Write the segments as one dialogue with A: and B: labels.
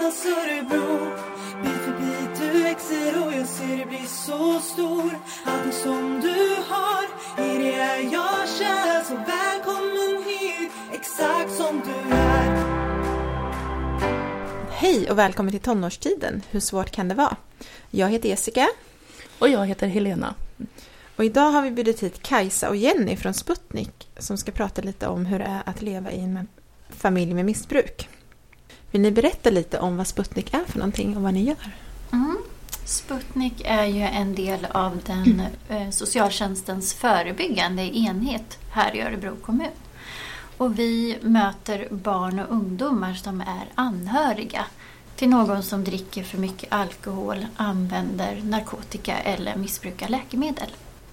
A: Johannas Örebro. Bit för bit du växer och jag ser det bli så stor. Allting som du har, i det är jag kär. Så välkommen hit, exakt som du är.
B: Hej och välkommen till tonårstiden. Hur svårt kan det vara? Jag heter Jessica.
C: Och jag heter Helena.
B: Och idag har vi bjudit hit Kajsa och Jenny från Sputnik som ska prata lite om hur det är att leva i en familj med missbruk. Vill ni berätta lite om vad Sputnik är för någonting och vad ni gör?
D: Sputnik är ju en del av den socialtjänstens förebyggande enhet här i Örebro kommun. Och vi möter barn och ungdomar som är anhöriga till någon som dricker för mycket alkohol, använder narkotika eller missbrukar läkemedel.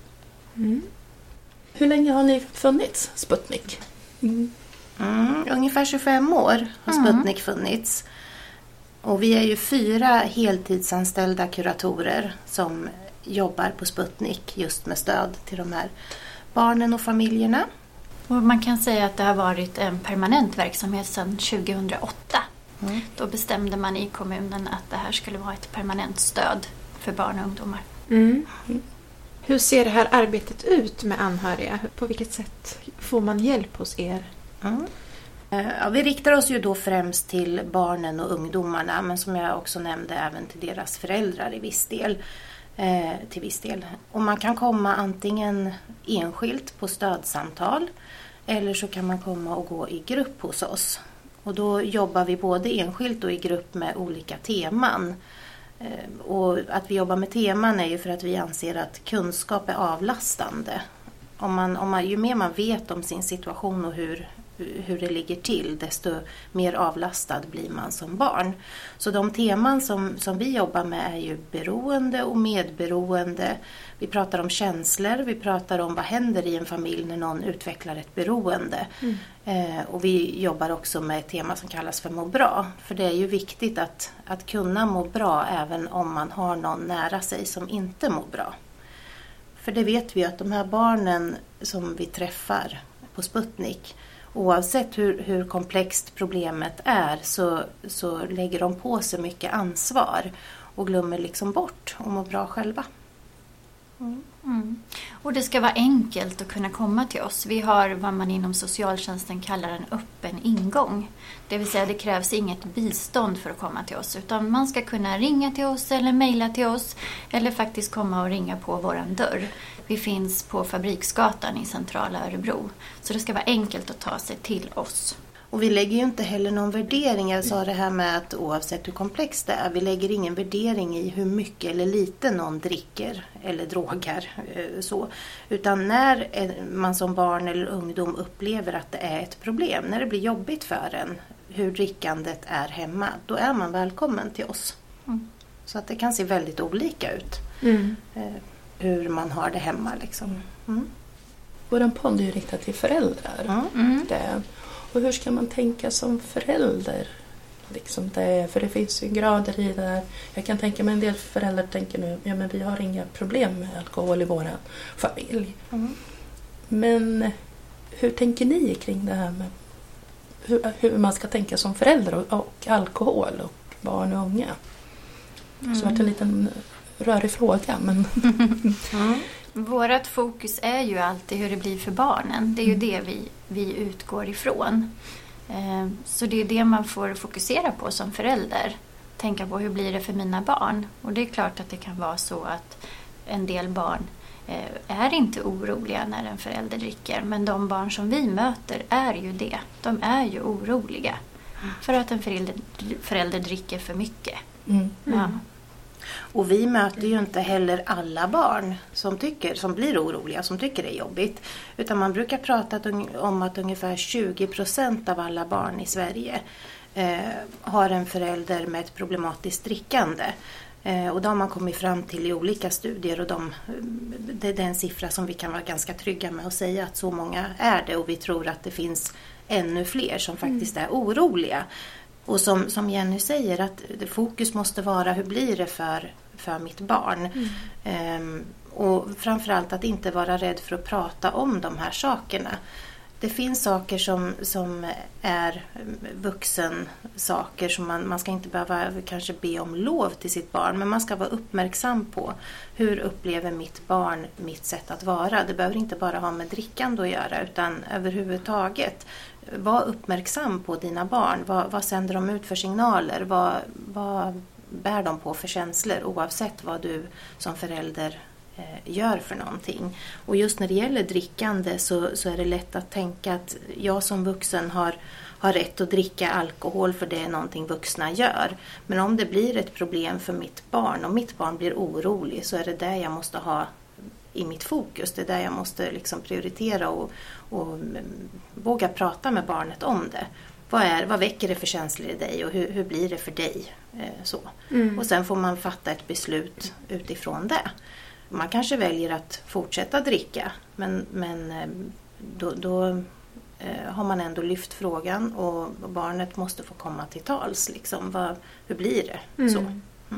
C: Hur länge har ni funnits, Sputnik?
E: Ungefär 25 år har Sputnik funnits. Och vi är ju 4 heltidsanställda kuratorer som jobbar på Sputnik just med stöd till de här barnen och familjerna.
D: Och man kan säga att det har varit en permanent verksamhet sedan 2008. Då bestämde man i kommunen att det här skulle vara ett permanent stöd för barn och ungdomar.
B: Hur ser det här arbetet ut med anhöriga? På vilket sätt får man hjälp hos er?
E: Ja, vi riktar oss ju då främst till barnen och ungdomarna, men som jag också nämnde även till deras föräldrar till viss del. Och man kan komma antingen enskilt på stödsamtal eller så kan man komma och gå i grupp hos oss. Och då jobbar vi både enskilt och i grupp med olika teman. Och att vi jobbar med teman är ju för att vi anser att kunskap är avlastande. Ju mer man vet om sin situation och hur det ligger till, desto mer avlastad blir man som barn. Så de teman som vi jobbar med är ju beroende och medberoende. Vi pratar om känslor, vi pratar om vad händer i en familj när någon utvecklar ett beroende. Och vi jobbar också med ett tema som kallas för må bra. För det är ju viktigt att kunna må bra även om man har någon nära sig som inte mår bra. För det vet vi att de här barnen som vi träffar på Sputnik, oavsett hur komplext problemet är så lägger de på sig mycket ansvar och glömmer liksom bort att må bra själva.
D: Och det ska vara enkelt att kunna komma till oss. Vi har vad man inom socialtjänsten kallar en öppen ingång. Det vill säga det krävs inget bistånd för att komma till oss. Utan man ska kunna ringa till oss eller mejla till oss. Eller faktiskt komma och ringa på våran dörr. Vi finns på Fabriksgatan i centrala Örebro. Så det ska vara enkelt att ta sig till oss.
E: Och vi lägger ju inte heller någon värdering. Jag sa det här med att oavsett hur komplext det är, vi lägger ingen värdering i hur mycket eller lite någon dricker eller drogar. Så. Utan när man som barn eller ungdom upplever att det är ett problem, när det blir jobbigt för en, hur drickandet är hemma, då är man välkommen till oss. Så att det kan se väldigt olika ut hur man har det hemma. Liksom.
C: Vår podd är ju riktad till föräldrar. Och hur ska man tänka som förälder? Liksom för det finns ju grader i det där. Jag kan tänka mig en del föräldrar tänker nu, ja men vi har inga problem med alkohol i vår familj. Men hur tänker ni kring det här med hur man ska tänka som förälder och alkohol och barn och unga? Så det är en liten rörig fråga. Men
D: Vårat fokus är ju alltid hur det blir för barnen. Det är ju det vi utgår ifrån. Så det är det man får fokusera på som förälder. Tänka på hur blir det för mina barn. Och det är klart att det kan vara så att en del barn är inte oroliga när en förälder dricker. Men de barn som vi möter är ju det. De är ju oroliga för att en förälder dricker för mycket. Ja.
E: Och vi möter ju inte heller alla barn som blir oroliga, som tycker det är jobbigt. Utan man brukar prata om att ungefär 20% av alla barn i Sverige har en förälder med ett problematiskt drickande. Och då har man kommit fram till i olika studier och det är en siffra som vi kan vara ganska trygga med att säga att så många är det. Och vi tror att det finns ännu fler som faktiskt är oroliga. Och som Jenny säger, att fokus måste vara hur blir det för mitt barn. Och framförallt att inte vara rädd för att prata om de här sakerna. Det finns saker som är vuxensaker som man ska inte behöva kanske be om lov till sitt barn, men man ska vara uppmärksam på hur upplever mitt barn mitt sätt att vara. Det behöver inte bara ha med drickande att göra, utan överhuvudtaget. Var uppmärksam på dina barn. Vad sänder de ut för signaler? Vad bär de på för känslor, oavsett vad du som förälder gör för någonting. Och just när det gäller drickande så är det lätt att tänka att jag som vuxen har rätt att dricka alkohol för det är någonting vuxna gör. Men om det blir ett problem för mitt barn och mitt barn blir orolig, så är det där jag måste ha i mitt fokus. Det är där jag måste liksom prioritera och våga prata med barnet om det. Vad väcker det för känslor i dig och hur blir det för dig? Så. Och sen får man fatta ett beslut utifrån det. Man kanske väljer att fortsätta dricka, men då har man ändå lyft frågan och barnet måste få komma till tals. Liksom. Hur blir det? Så.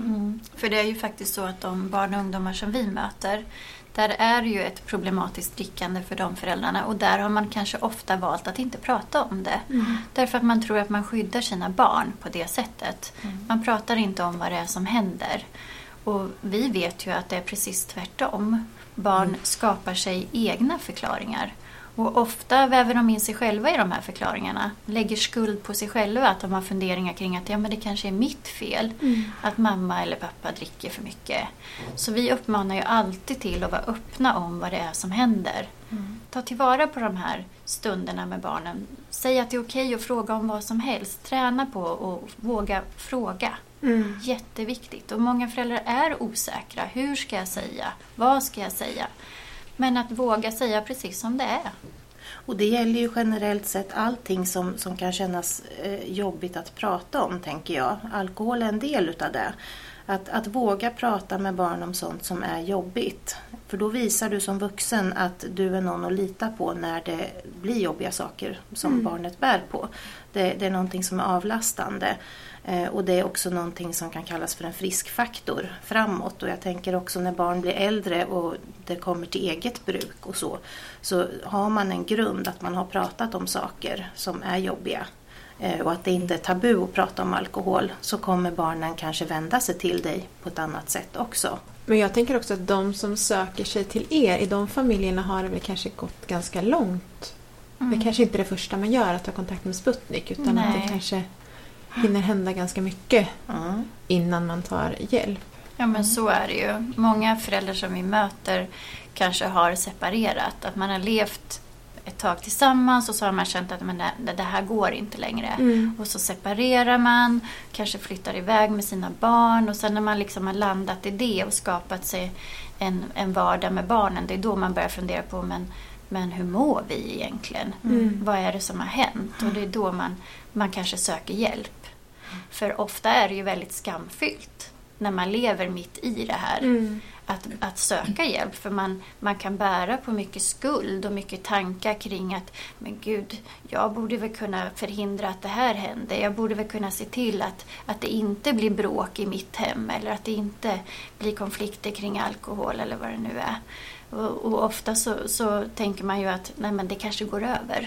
D: För det är ju faktiskt så att de barn och ungdomar som vi möter, där är ju ett problematiskt drickande för de föräldrarna, och där har man kanske ofta valt att inte prata om det. Därför att man tror att man skyddar sina barn på det sättet. Man pratar inte om vad det är som händer. Och vi vet ju att det är precis tvärtom. Barn skapar sig egna förklaringar. Och ofta väver de in sig själva i de här förklaringarna. Lägger skuld på sig själva, att de har funderingar kring att men det kanske är mitt fel. Att mamma eller pappa dricker för mycket. Så vi uppmanar ju alltid till att vara öppna om vad det är som händer. Ta tillvara på de här stunderna med barnen. Säg att det är okej att fråga om vad som helst. Träna på och våga fråga. Jätteviktigt. Och många föräldrar är osäkra. Hur ska jag säga? Vad ska jag säga? Men att våga säga precis som det är.
E: Och det gäller ju generellt sett allting som kan kännas jobbigt att prata om, tänker jag. Alkohol är en del utav det. Att våga prata med barn om sånt som är jobbigt. För då visar du som vuxen att du är någon att lita på när det blir jobbiga saker som barnet bär på. Det är någonting som är avlastande. Och det är också någonting som kan kallas för en friskfaktor framåt. Och jag tänker också när barn blir äldre och det kommer till eget bruk och så har man en grund att man har pratat om saker som är jobbiga. Och att det inte är tabu att prata om alkohol, så kommer barnen kanske vända sig till dig på ett annat sätt också.
B: Men jag tänker också att de som söker sig till er, i de familjerna har det väl kanske gått ganska långt. Det kanske inte är det första man gör att ta kontakt med Sputnik, utan att det kanske hinner hända ganska mycket innan man tar hjälp.
D: Ja, men så är det ju. Många föräldrar som vi möter kanske har separerat. Att man har levt ett tag tillsammans och så har man känt att det här går inte längre. Och så separerar man, kanske flyttar iväg med sina barn, och sen när man liksom har landat i det och skapat sig en vardag med barnen, det är då man börjar fundera på men hur mår vi egentligen? Vad är det som har hänt? Och det är då man kanske söker hjälp. För ofta är det ju väldigt skamfyllt när man lever mitt i det här. Att söka hjälp, för man kan bära på mycket skuld och mycket tankar kring att men gud, jag borde väl kunna förhindra att det här händer. Jag borde väl kunna se till att det inte blir bråk i mitt hem, eller att det inte blir konflikter kring alkohol eller vad det nu är. Och ofta så tänker man ju att nej, men det kanske går över.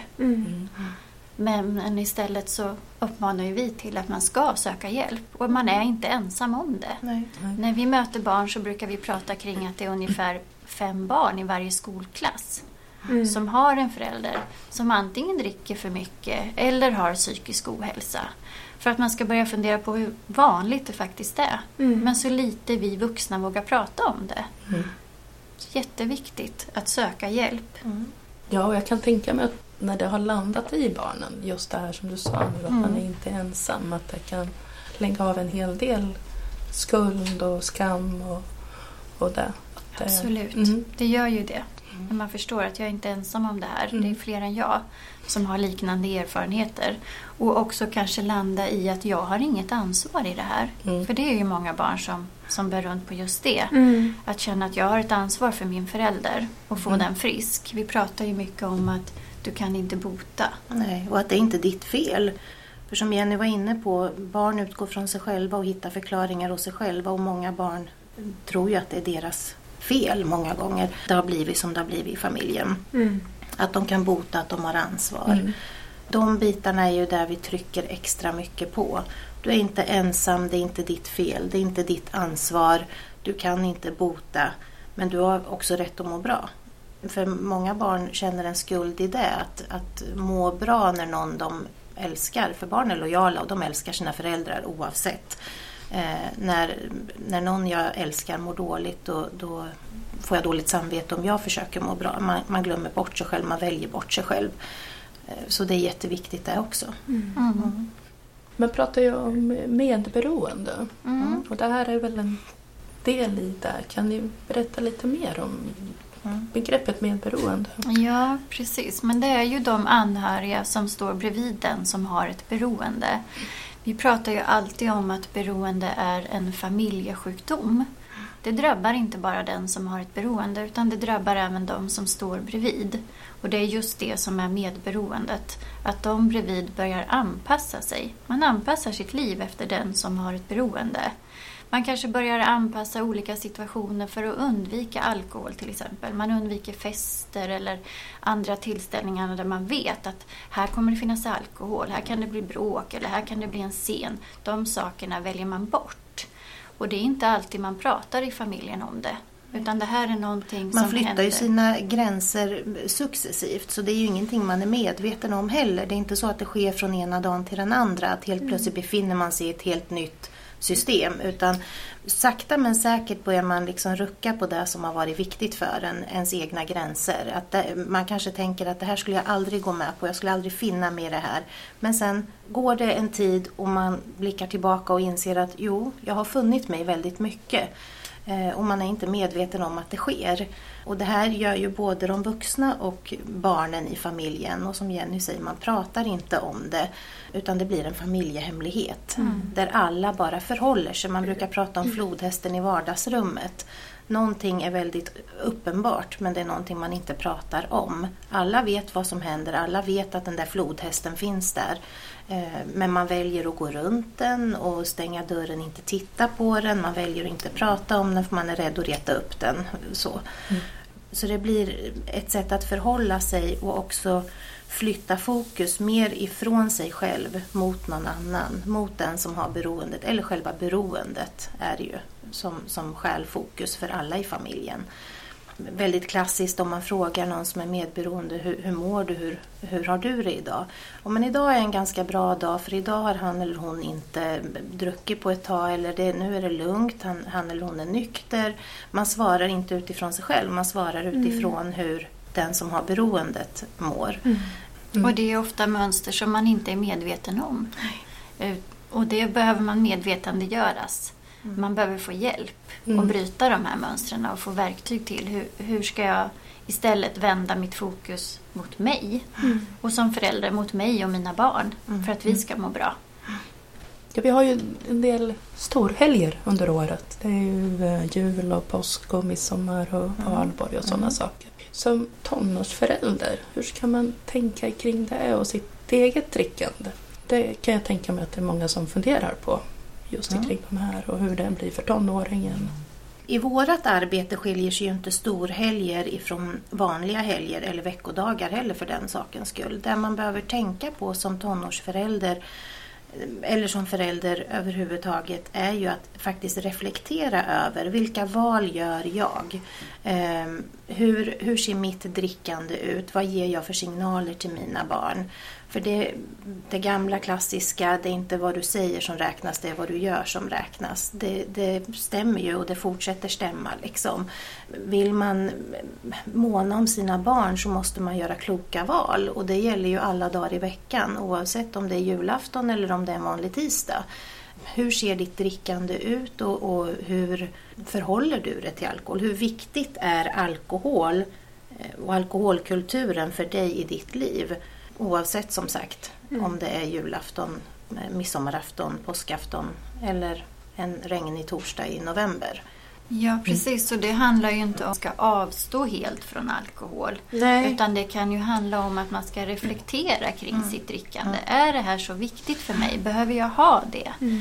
D: Men istället så uppmanar ju vi till att man ska söka hjälp. Och man är inte ensam om det.
E: Nej.
D: När vi möter barn så brukar vi prata kring att det är ungefär 5 barn i varje skolklass som har en förälder som antingen dricker för mycket eller har psykisk ohälsa. För att man ska börja fundera på hur vanligt det faktiskt är. Men så lite vi vuxna vågar prata om det. Jätteviktigt att söka hjälp.
C: Ja, och jag kan tänka mig att när det har landat i barnen, just det här som du sa nu, att man är inte ensam, att det kan lägga av en hel del skuld och skam och det.
D: Absolut, det gör ju det. När man förstår att jag är inte ensam om det här. Det är fler än jag som har liknande erfarenheter. Och också kanske landa i att jag har inget ansvar i det här. För det är ju många barn som bär runt på just det. Att känna att jag har ett ansvar för min förälder och få den frisk. Vi pratar ju mycket om att du kan inte bota.
E: Nej, och att det är inte ditt fel. För som Jenny var inne på, barn utgår från sig själva och hittar förklaringar hos sig själva. Och många barn tror ju att det är deras fel många gånger. Det har blivit som det har blivit i familjen. Att de kan bota, att de har ansvar. De bitarna är ju där vi trycker extra mycket på. Du är inte ensam, det är inte ditt fel, det är inte ditt ansvar. Du kan inte bota, men du har också rätt att må bra. För många barn känner en skuld i det, att må bra när någon de älskar. För barn är lojala och de älskar sina föräldrar oavsett. När någon jag älskar mår dåligt, då får jag dåligt samvete om jag försöker må bra. Man glömmer bort sig själv, man väljer bort sig själv. Så det är jätteviktigt det också.
C: Man pratar ju om medberoende. Och det här är väl en del i det. Kan ni berätta lite mer om begreppet medberoende?
D: Ja, precis. Men det är ju de anhöriga som står bredvid den som har ett beroende. Vi pratar ju alltid om att beroende är en familjesjukdom. Det drabbar inte bara den som har ett beroende, utan det drabbar även de som står bredvid. Och det är just det som är medberoendet. Att de bredvid börjar anpassa sig. Man anpassar sitt liv efter den som har ett beroende. Man kanske börjar anpassa olika situationer för att undvika alkohol till exempel. Man undviker fester eller andra tillställningar där man vet att här kommer det finnas alkohol, här kan det bli bråk eller här kan det bli en scen. De sakerna väljer man bort. Och det är inte alltid man pratar i familjen om det. Utan det här är någonting som händer.
E: Man flyttar ju sina gränser successivt, så det är ju ingenting man är medveten om heller. Det är inte så att det sker från ena dagen till den andra, att helt plötsligt befinner man sig i ett helt nytt system, utan sakta men säkert börjar man liksom rucka på det som har varit viktigt för ens egna gränser. Att man kanske tänker att det här skulle jag aldrig gå med på, jag skulle aldrig finna med det här. Men sen går det en tid och man blickar tillbaka och inser att jo, jag har funnit mig väldigt mycket. Och man är inte medveten om att det sker. Och det här gör ju både de vuxna och barnen i familjen. Och som Jenny säger, man pratar inte om det. Utan det blir en familjehemlighet. Där alla bara förhåller sig. Man brukar prata om flodhästen i vardagsrummet. Någonting är väldigt uppenbart, men det är någonting man inte pratar om. Alla vet vad som händer. Alla vet att den där flodhästen finns där. Men man väljer att gå runt den och stänga dörren, inte titta på den. Man väljer att inte prata om den för man är rädd att reta upp den. Så det blir ett sätt att förhålla sig och också flytta fokus mer ifrån sig själv mot någon annan. Mot den som har beroendet, eller själva beroendet är ju som stjälfokus för alla i familjen. Väldigt klassiskt om man frågar någon som är medberoende, hur mår du, hur har du det idag? Men idag är en ganska bra dag, för idag har han eller hon inte druckit på ett tag, eller nu är det lugnt, han eller hon är nykter. Man svarar inte utifrån sig själv, man svarar utifrån hur den som har beroendet mår.
D: Och det är ofta mönster som man inte är medveten om. Och det behöver man medvetandegöras. Man behöver få hjälp att bryta de här mönstren och få verktyg till. Hur ska jag istället vända mitt fokus mot mig och som förälder mot mig och mina barn för att vi ska må bra.
C: Ja, vi har ju en del storhelger under året. Det är ju jul och påsk och midsommar och valborg och sådana saker. Som tonårsförälder, hur ska man tänka kring det och sitt eget drickande? Det kan jag tänka mig att det är många som funderar på. Just kring de här och hur det blir för tonåringen.
E: I vårat arbete skiljer sig ju inte storhelger ifrån vanliga helger eller veckodagar heller för den sakens skull. Det man behöver tänka på som tonårsförälder eller som förälder överhuvudtaget är ju att faktiskt reflektera över vilka val gör jag? Hur ser mitt drickande ut? Vad ger jag för signaler till mina barn? För det gamla klassiska, det är inte vad du säger som räknas, det är vad du gör som räknas. Det stämmer ju och det fortsätter stämma liksom. Vill man måna om sina barn så måste man göra kloka val. Och det gäller ju alla dagar i veckan, oavsett om det är julafton eller om det är en vanlig tisdag. Hur ser ditt drickande ut och hur förhåller du dig till alkohol? Hur viktigt är alkohol och alkoholkulturen för dig i ditt liv? Oavsett som sagt om det är julafton, midsommarafton, påskafton eller en regnig torsdag i november.
D: Ja, precis. Så det handlar ju inte om att man ska avstå helt från alkohol.
B: Nej.
D: Utan det kan ju handla om att man ska reflektera kring sitt drickande. Är det här så viktigt för mig? Behöver jag ha det?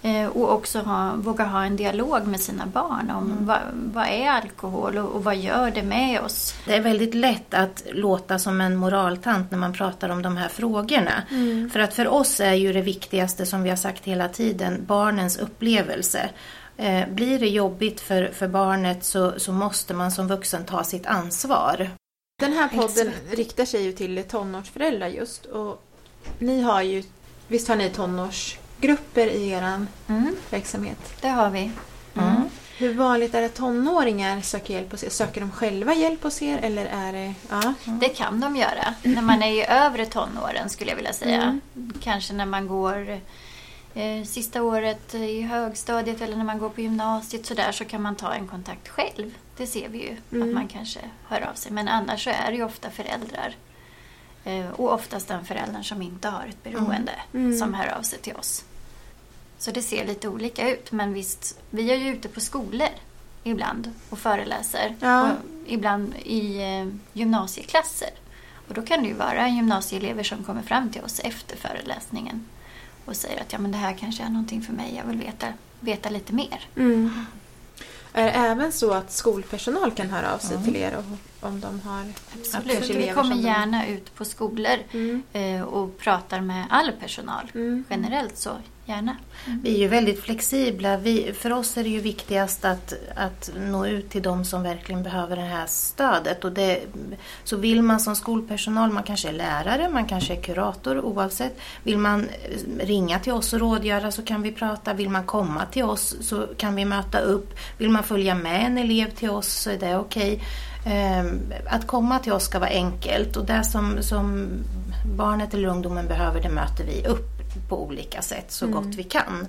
D: Och också våga ha en dialog med sina barn om vad är alkohol och vad gör det med oss.
E: Det är väldigt lätt att låta som en moraltant när man pratar om de här frågorna. För att för oss är ju det viktigaste, som vi har sagt hela tiden, barnens upplevelse. Blir det jobbigt för barnet så måste man som vuxen ta sitt ansvar.
B: Den här podden riktar sig ju till tonårsföräldrar just. Och ni har ju, visst har ni tonårsgrupper i er verksamhet?
D: Det har vi.
B: Hur vanligt är det att tonåringar söker hjälp hos er? Söker de själva hjälp hos er? Eller är det...
D: Det kan de göra. När man är i övre tonåren skulle jag vilja säga. Kanske när man går sista året i högstadiet eller när man går på gymnasiet så kan man ta en kontakt själv. Det ser vi ju att man kanske hör av sig. Men annars så är det ju ofta föräldrar. Och oftast den föräldern som inte har ett beroende som hör av sig till oss. Så det ser lite olika ut. Men visst, vi är ju ute på skolor ibland och föreläser. Och ibland i gymnasieklasser. Och då kan det ju vara gymnasieelever som kommer fram till oss efter föreläsningen. Och säger att men det här kanske är någonting för mig. Jag vill veta lite mer.
B: Är det även så att skolpersonal kan höra av sig till er om de har...
D: Absolut, vi kommer gärna ut på skolor och pratar med all personal. Generellt så gärna.
E: Vi är ju väldigt flexibla. För oss är det ju viktigast att nå ut till de som verkligen behöver det här stödet. Och så vill man som skolpersonal, man kanske är lärare, man kanske är kurator, oavsett. Vill man ringa till oss och rådgöra så kan vi prata. Vill man komma till oss så kan vi möta upp. Vill man följa med en elev till oss så är det okej. Att komma till oss ska vara enkelt. Och det som barnet eller ungdomen behöver, det möter vi upp på olika sätt så gott vi kan.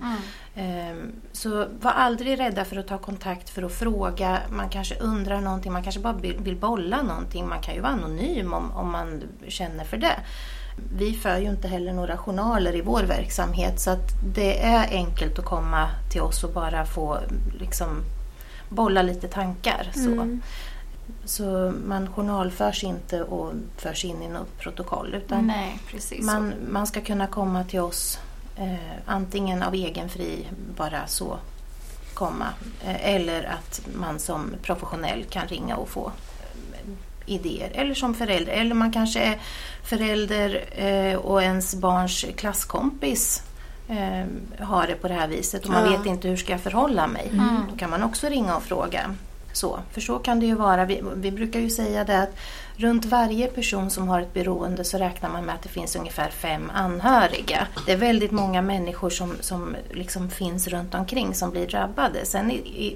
E: Så var aldrig rädda för att ta kontakt, för att fråga. Man kanske undrar någonting, man kanske bara vill bolla någonting. Man kan ju vara anonym om man känner för det. Vi för ju inte heller några journaler i vår verksamhet, så att det är enkelt att komma till oss och bara få liksom bolla lite tankar. Så man journalförs inte och förs in i något protokoll, utan
D: nej, precis
E: man ska kunna komma till oss antingen av egen fri, bara så komma, eller att man som professionell kan ringa och få idéer, eller som förälder, eller man kanske är förälder och ens barns klasskompis har det på det här viset och man vet inte hur ska jag förhålla mig. Då kan man också ringa och fråga. För så kan det ju vara. Vi brukar ju säga det att runt varje person som har ett beroende så räknar man med att det finns ungefär 5 anhöriga. Det är väldigt många människor som liksom finns runt omkring som blir drabbade. Sen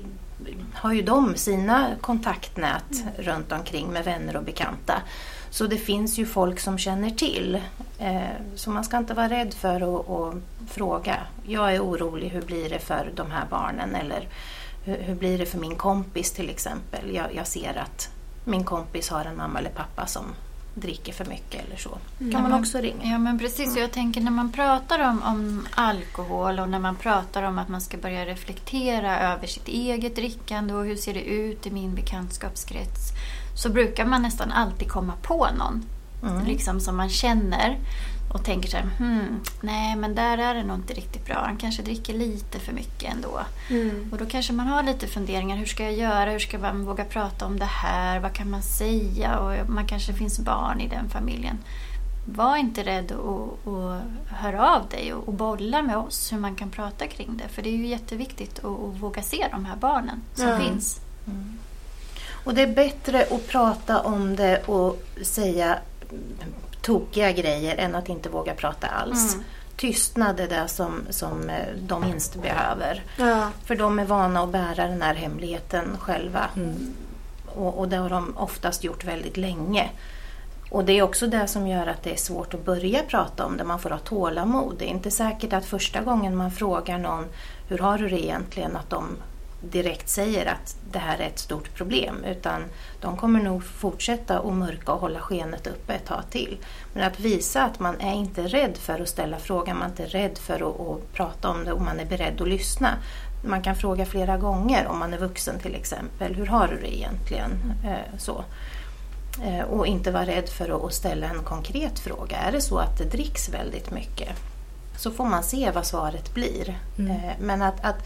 E: har ju de sina kontaktnät runt omkring med vänner och bekanta. Så det finns ju folk som känner till. Så man ska inte vara rädd för att fråga. Jag är orolig, hur blir det för de här barnen? Eller hur blir det för min kompis till exempel? Jag ser att min kompis har en mamma eller pappa som dricker för mycket eller så. Kan man också ringa.
D: Ja, men precis. Jag tänker när man pratar om alkohol och när man pratar om att man ska börja reflektera över sitt eget drickande och hur ser det ut i min bekantskapskrets, så brukar man nästan alltid komma på någon liksom som man känner och tänker så här, nej men där är det nog inte riktigt bra. Han kanske dricker lite för mycket ändå. Och då kanske man har lite funderingar. Hur ska jag göra? Hur ska man våga prata om det här? Vad kan man säga? Och man kanske finns barn i den familjen. Var inte rädd att höra av dig och bolla med oss hur man kan prata kring det. För det är ju jätteviktigt att våga se de här barnen som finns.
E: Och det är bättre att prata om det och säga tokiga grejer än att inte våga prata alls. Tystnad är det som de minst behöver. För de är vana att bära den här hemligheten själva. Och det har de oftast gjort väldigt länge. Och det är också det som gör att det är svårt att börja prata om det. Man får ha tålamod. Det är inte säkert att första gången man frågar någon, hur har du det egentligen, att de direkt säger att det här är ett stort problem, utan de kommer nog fortsätta att mörka och hålla skenet uppe ett tag till. Men att visa att man är inte rädd för att ställa frågan, man är inte rädd för att prata om det och man är beredd att lyssna. Man kan fråga flera gånger om man är vuxen till exempel, hur har du det egentligen? Och inte vara rädd för att ställa en konkret fråga. Är det så att det dricks väldigt mycket? så får man se vad svaret blir. Men att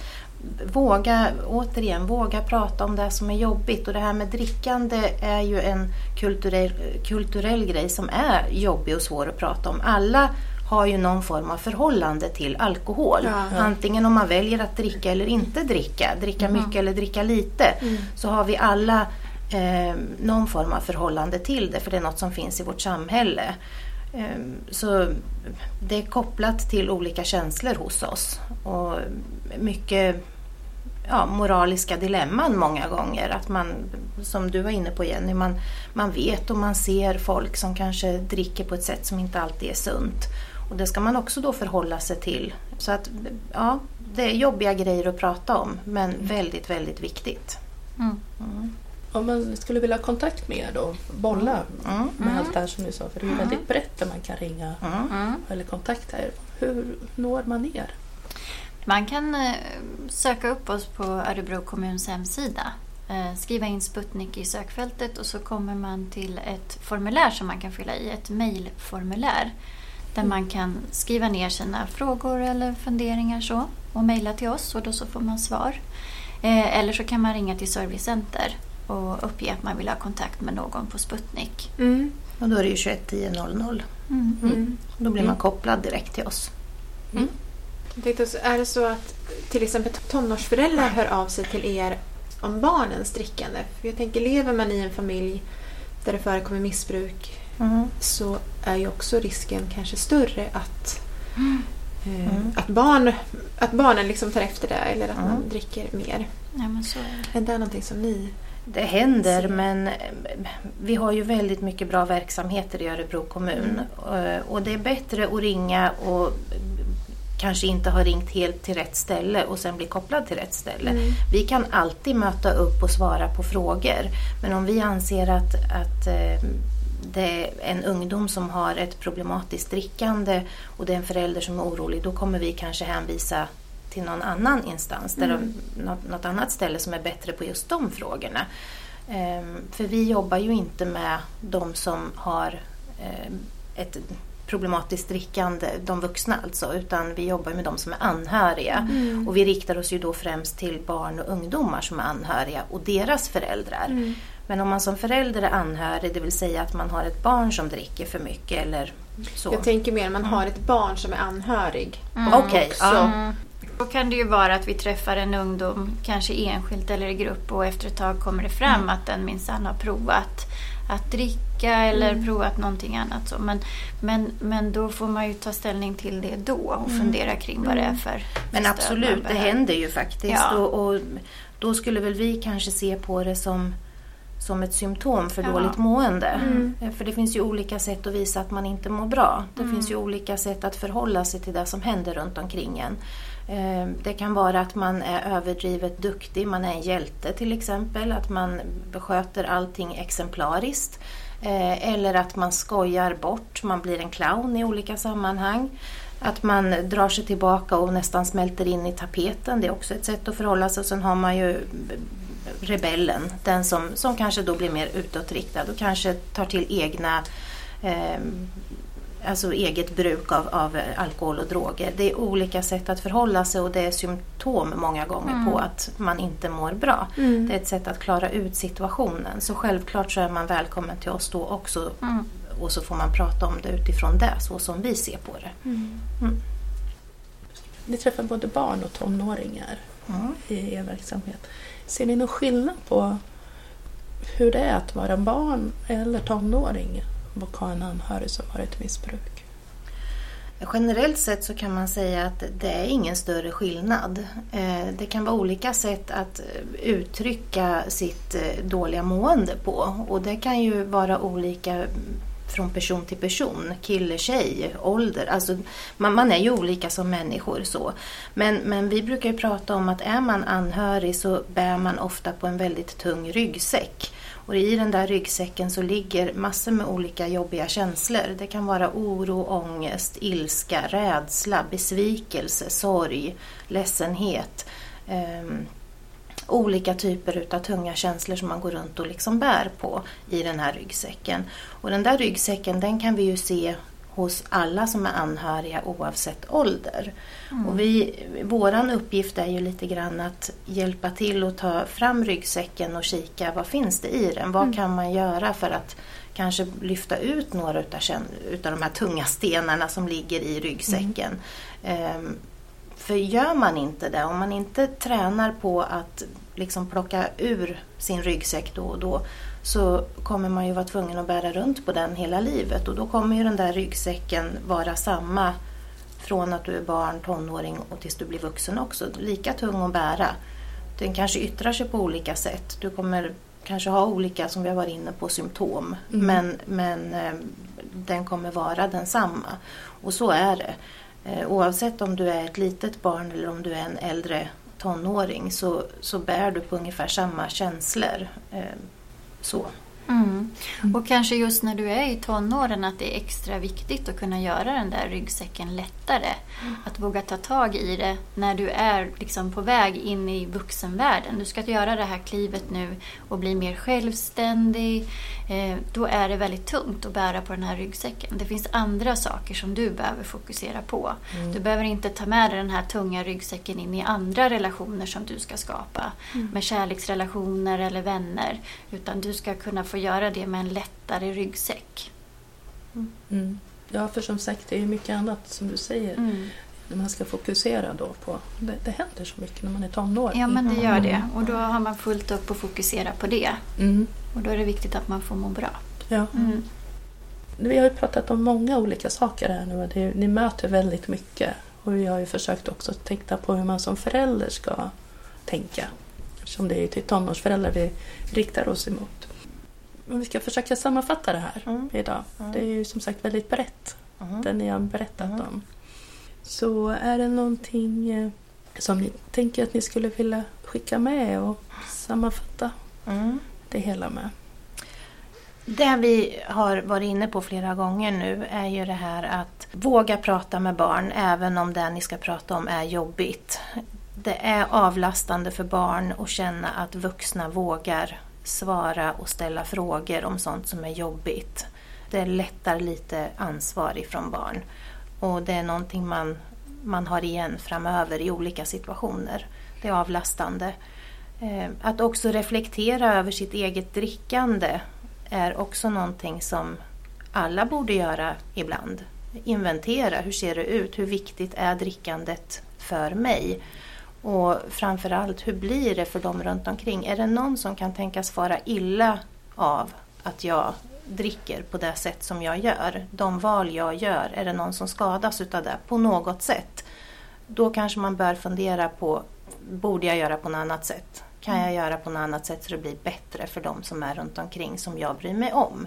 E: våga prata om det som är jobbigt. Och det här med drickande är ju en kulturell grej som är jobbig och svår att prata om. Alla har ju någon form av förhållande till alkohol. Antingen om man väljer att dricka eller inte dricka mycket eller dricka lite, så har vi alla någon form av förhållande till det, för det är något som finns i vårt samhälle. Så det är kopplat till olika känslor hos oss och mycket moraliska dilemman många gånger. Att man, som du var inne på Jenny, man vet och man ser folk som kanske dricker på ett sätt som inte alltid är sunt. Och det ska man också då förhålla sig till. Så att det är jobbiga grejer att prata om, men väldigt, väldigt viktigt.
C: Om man skulle vilja ha kontakt med er då, bolla med allt det här som du sa, för det är väldigt brett där man kan ringa eller kontakta er. Hur når man er?
D: Man kan söka upp oss på Örebro kommuns hemsida. Skriva in Sputnik i sökfältet och så kommer man till ett formulär som man kan fylla i, ett mejlformulär. Där man kan skriva ner sina frågor eller funderingar så och mejla till oss och då så får man svar. Eller så kan man ringa till servicecenter och uppge att man vill ha kontakt med någon på Sputnik.
E: Och då är det ju 21 10 00. Då blir man kopplad direkt till oss.
B: Är det så att till exempel tonårsföräldrar hör av sig till er om barnens drickande? För jag tänker, lever man i en familj där det förekommer missbruk så är ju också risken kanske större att barnen liksom tar efter det, eller att man dricker mer.
D: Ja, men så är
B: det någonting som ni...
E: Det händer, men vi har ju väldigt mycket bra verksamheter i Örebro kommun. Och det är bättre att ringa och kanske inte ha ringt helt till rätt ställe och sen bli kopplad till rätt ställe. Vi kan alltid möta upp och svara på frågor. Men om vi anser att det är en ungdom som har ett problematiskt drickande och det är en förälder som är orolig, då kommer vi kanske hänvisa till någon annan instans, något annat ställe som är bättre på just de frågorna. För vi jobbar ju inte med de som har ett problematiskt drickande, de vuxna alltså, utan vi jobbar med de som är anhöriga. Och vi riktar oss ju då främst till barn och ungdomar som är anhöriga och deras föräldrar. Men om man som förälder är anhörig, det vill säga att man har ett barn som dricker för mycket eller så.
B: Jag tänker mer, man har ett barn som är anhörig.
E: Okej.
D: Då kan det ju vara att vi träffar en ungdom, kanske enskilt eller i grupp, och efter ett tag kommer det fram att den minsann har provat att dricka eller provat någonting annat. Så. Men då får man ju ta ställning till det då och fundera kring vad det är för
E: Men absolut, det händer ju faktiskt. Och då skulle väl vi kanske se på det som ett symptom för dåligt mående. För det finns ju olika sätt att visa att man inte mår bra. Det finns ju olika sätt att förhålla sig till det som händer runt omkring en. Det kan vara att man är överdrivet duktig, man är en hjälte till exempel, att man sköter allting exemplariskt. Eller att man skojar bort, man blir en clown i olika sammanhang. Att man drar sig tillbaka och nästan smälter in i tapeten, det är också ett sätt att förhålla sig. Och sen har man ju rebellen, den som kanske då blir mer utåtriktad och kanske tar till eget bruk av alkohol och droger. Det är olika sätt att förhålla sig och det är symptom många gånger på att man inte mår bra. Det är ett sätt att klara ut situationen. Så självklart så är man välkommen till oss då också och så får man prata om det utifrån det, så som vi ser på det.
C: Ni träffar både barn och tonåringar i er verksamhet. Ser ni någon skillnad på hur det är att vara barn eller tonåring och ha en anhörig som har ett missbruk?
E: Generellt sett så kan man säga att det är ingen större skillnad. Det kan vara olika sätt att uttrycka sitt dåliga mående på. Och det kan ju vara olika från person till person, kille, tjej, ålder. Alltså, man är ju olika som människor så. Men vi brukar ju prata om att är man anhörig så bär man ofta på en väldigt tung ryggsäck. Och i den där ryggsäcken så ligger massor med olika jobbiga känslor. Det kan vara oro, ångest, ilska, rädsla, besvikelse, sorg, ledsenhet. Olika typer av tunga känslor som man går runt och liksom bär på i den här ryggsäcken. Och den där ryggsäcken, den kan vi ju se hos alla som är anhöriga oavsett ålder. Och våran uppgift är ju lite grann att hjälpa till att ta fram ryggsäcken och kika vad finns det i den. Vad kan man göra för att kanske lyfta ut några utav de här tunga stenarna som ligger i ryggsäcken. För gör man inte det, om man inte tränar på att liksom plocka ur sin ryggsäck då och då, så kommer man ju vara tvungen att bära runt på den hela livet. Och då kommer ju den där ryggsäcken vara samma från att du är barn, tonåring och tills du blir vuxen också. Lika tung att bära. Den kanske yttrar sig på olika sätt. Du kommer kanske ha olika, som vi har varit inne på, symptom. Men den kommer vara densamma. Och så är det. Oavsett om du är ett litet barn eller om du är en äldre tonåring, så bär du på ungefär samma känslor. Så.
D: Och kanske just när du är i tonåren att det är extra viktigt att kunna göra den där ryggsäcken lättare. Att våga ta tag i det när du är liksom på väg in i vuxenvärlden. Du ska göra det här klivet nu och bli mer självständig. Då är det väldigt tungt att bära på den här ryggsäcken. Det finns andra saker som du behöver fokusera på. Du behöver inte ta med dig den här tunga ryggsäcken in i andra relationer som du ska skapa. Med kärleksrelationer eller vänner. Utan du ska kunna få göra det med en lättare ryggsäck.
C: Ja, för som sagt, det är mycket annat som du säger. När man ska fokusera då på. Det händer så mycket när man är tonåring.
D: Ja, men det gör det. Och då har man fullt upp att fokusera på det. Och då är det viktigt att man får må bra.
C: Ja. Vi har ju pratat om många olika saker här nu. Ni möter väldigt mycket. Och vi har ju försökt också tänka på hur man som förälder ska tänka. Som det är till tonårsföräldrar vi riktar oss emot. Om vi ska försöka sammanfatta det här idag. Det är ju som sagt väldigt brett. Det ni har berättat om. Så är det någonting som ni tänker att ni skulle vilja skicka med och sammanfatta det hela med?
E: Det vi har varit inne på flera gånger nu är ju det här att våga prata med barn även om det ni ska prata om är jobbigt. Det är avlastande för barn att känna att vuxna vågar svara och ställa frågor om sånt som är jobbigt. Det lättar lite ansvar ifrån barn. Och det är någonting man har igen framöver i olika situationer. Det är avlastande. Att också reflektera över sitt eget drickande är också någonting som alla borde göra ibland. Inventera, hur ser det ut? Hur viktigt är drickandet för mig? Och framförallt, hur blir det för dem runt omkring? Är det någon som kan tänkas fara illa av att jag dricker på det sätt som jag gör? De val jag gör, är det någon som skadas utav det på något sätt? Då kanske man bör fundera på, borde jag göra på något annat sätt? Kan jag göra på något annat sätt så det blir bättre för dem som är runt omkring som jag bryr mig om?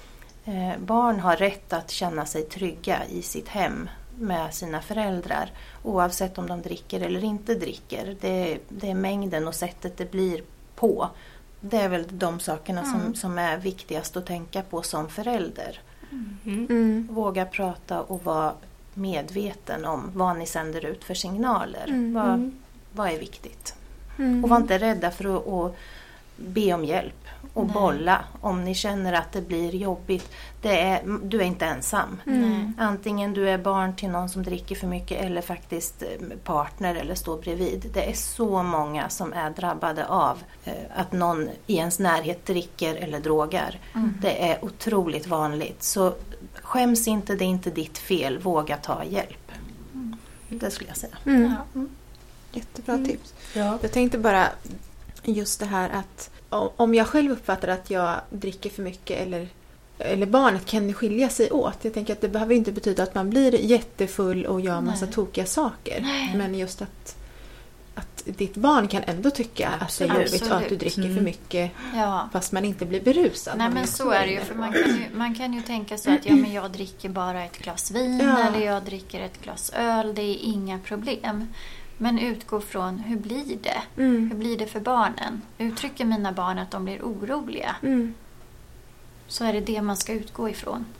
E: Barn har rätt att känna sig trygga i sitt hem med sina föräldrar, oavsett om de dricker eller inte dricker. Det är mängden och sättet det blir på. Det är väl de sakerna som är viktigast att tänka på som förälder. Våga prata och vara medveten om vad ni sänder ut för signaler. Vad är viktigt? Och var inte rädda för att be om hjälp och bolla om ni känner att det blir jobbigt. Du är inte ensam. Antingen du är barn till någon som dricker för mycket eller faktiskt partner eller står bredvid. Det är så många som är drabbade av att någon i ens närhet dricker eller drogar. Det är otroligt vanligt. Så skäms inte, det är inte ditt fel. Våga ta hjälp. Det skulle jag säga.
B: Jättebra tips.
C: Ja.
B: Jag tänkte bara just det här att om jag själv uppfattar att jag dricker för mycket eller barnet kan skilja sig åt. Jag tänker att det behöver inte betyda att man blir jättefull och gör massa tokiga saker. Men just att ditt barn kan ändå tycka att det är jobbigt och att du dricker för mycket fast man inte blir berusad.
D: Nej, men så är det ju. För man kan ju tänka så att men jag dricker bara ett glas vin eller jag dricker ett glas öl. Det är inga problem. Men utgå från hur blir det? Hur blir det för barnen? Uttrycker mina barn att de blir oroliga? Så är det man ska utgå ifrån.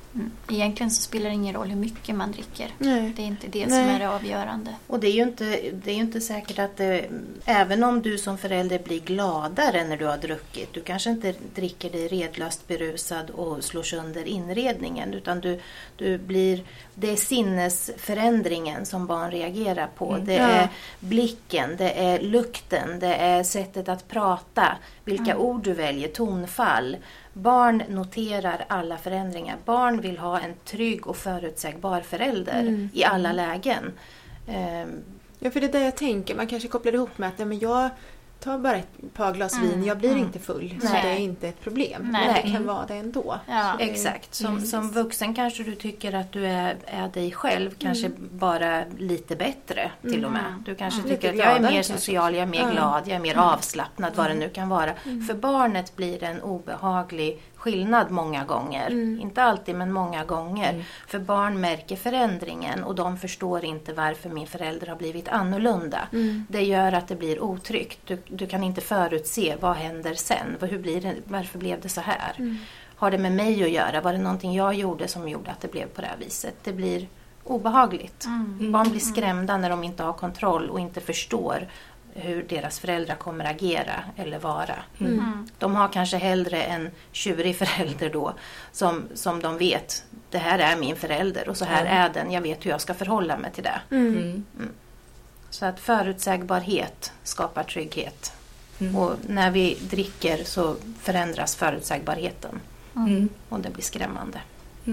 D: Egentligen så spelar det ingen roll hur mycket man dricker.
B: Nej.
D: Det är inte det som är det avgörande.
E: Och det är ju inte säkert att även om du som förälder blir gladare när du har druckit, du kanske inte dricker dig redlöst berusad och slår sönder inredningen, utan det är sinnesförändringen som barn reagerar på. Det är blicken, det är lukten, det är sättet att prata, vilka ord du väljer, tonfall. Barn noterar alla förändringar. Barn vill ha en trygg och förutsägbar förälder i alla lägen.
B: Ja, för det är där jag tänker. Man kanske kopplar ihop med att men jag tar bara ett par glas vin. Jag blir inte full. Så det är inte ett problem. Men det kan vara det ändå.
D: Ja.
E: Exakt. Som vuxen kanske du tycker att du är dig själv. Kanske bara lite bättre till och med. Du kanske tycker att jag är mer social, jag är mer glad, jag är mer avslappnad. Vad det nu kan vara. För barnet blir det en obehaglig skillnad många gånger. Inte alltid, men många gånger. För barn märker förändringen och de förstår inte varför min förälder har blivit annorlunda. Det gör att det blir otryggt. Du kan inte förutse vad händer sen. Varför blev det så här? Har det med mig att göra? Var det någonting jag gjorde som gjorde att det blev på det här viset? Det blir obehagligt. Barn blir skrämda när de inte har kontroll och inte förstår hur deras föräldrar kommer agera eller vara. De har kanske hellre en tjurig förälder då som de vet, det här är min förälder och så här är den, jag vet hur jag ska förhålla mig till det. Så att förutsägbarhet skapar trygghet. Och när vi dricker så förändras förutsägbarheten. Och det blir skrämmande.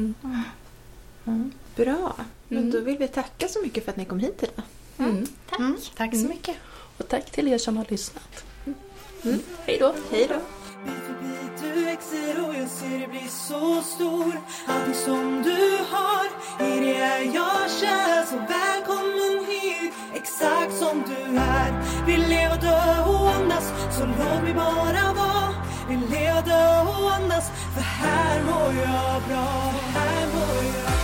B: Bra. Men då vill vi tacka så mycket för att ni kom hit idag.
E: Tack så mycket.
C: Och tack till er som har lyssnat. Hej då.
B: Hej då.
A: Bit för bit du växer och jag ser dig bli så stor. Allting som du har, i det är jag kär. Så välkommen hit, exakt som du är. Vill leva, dö och andas, så låt mig bara vara. Vill leva, dö och andas, för här mår jag bra. Här mår jag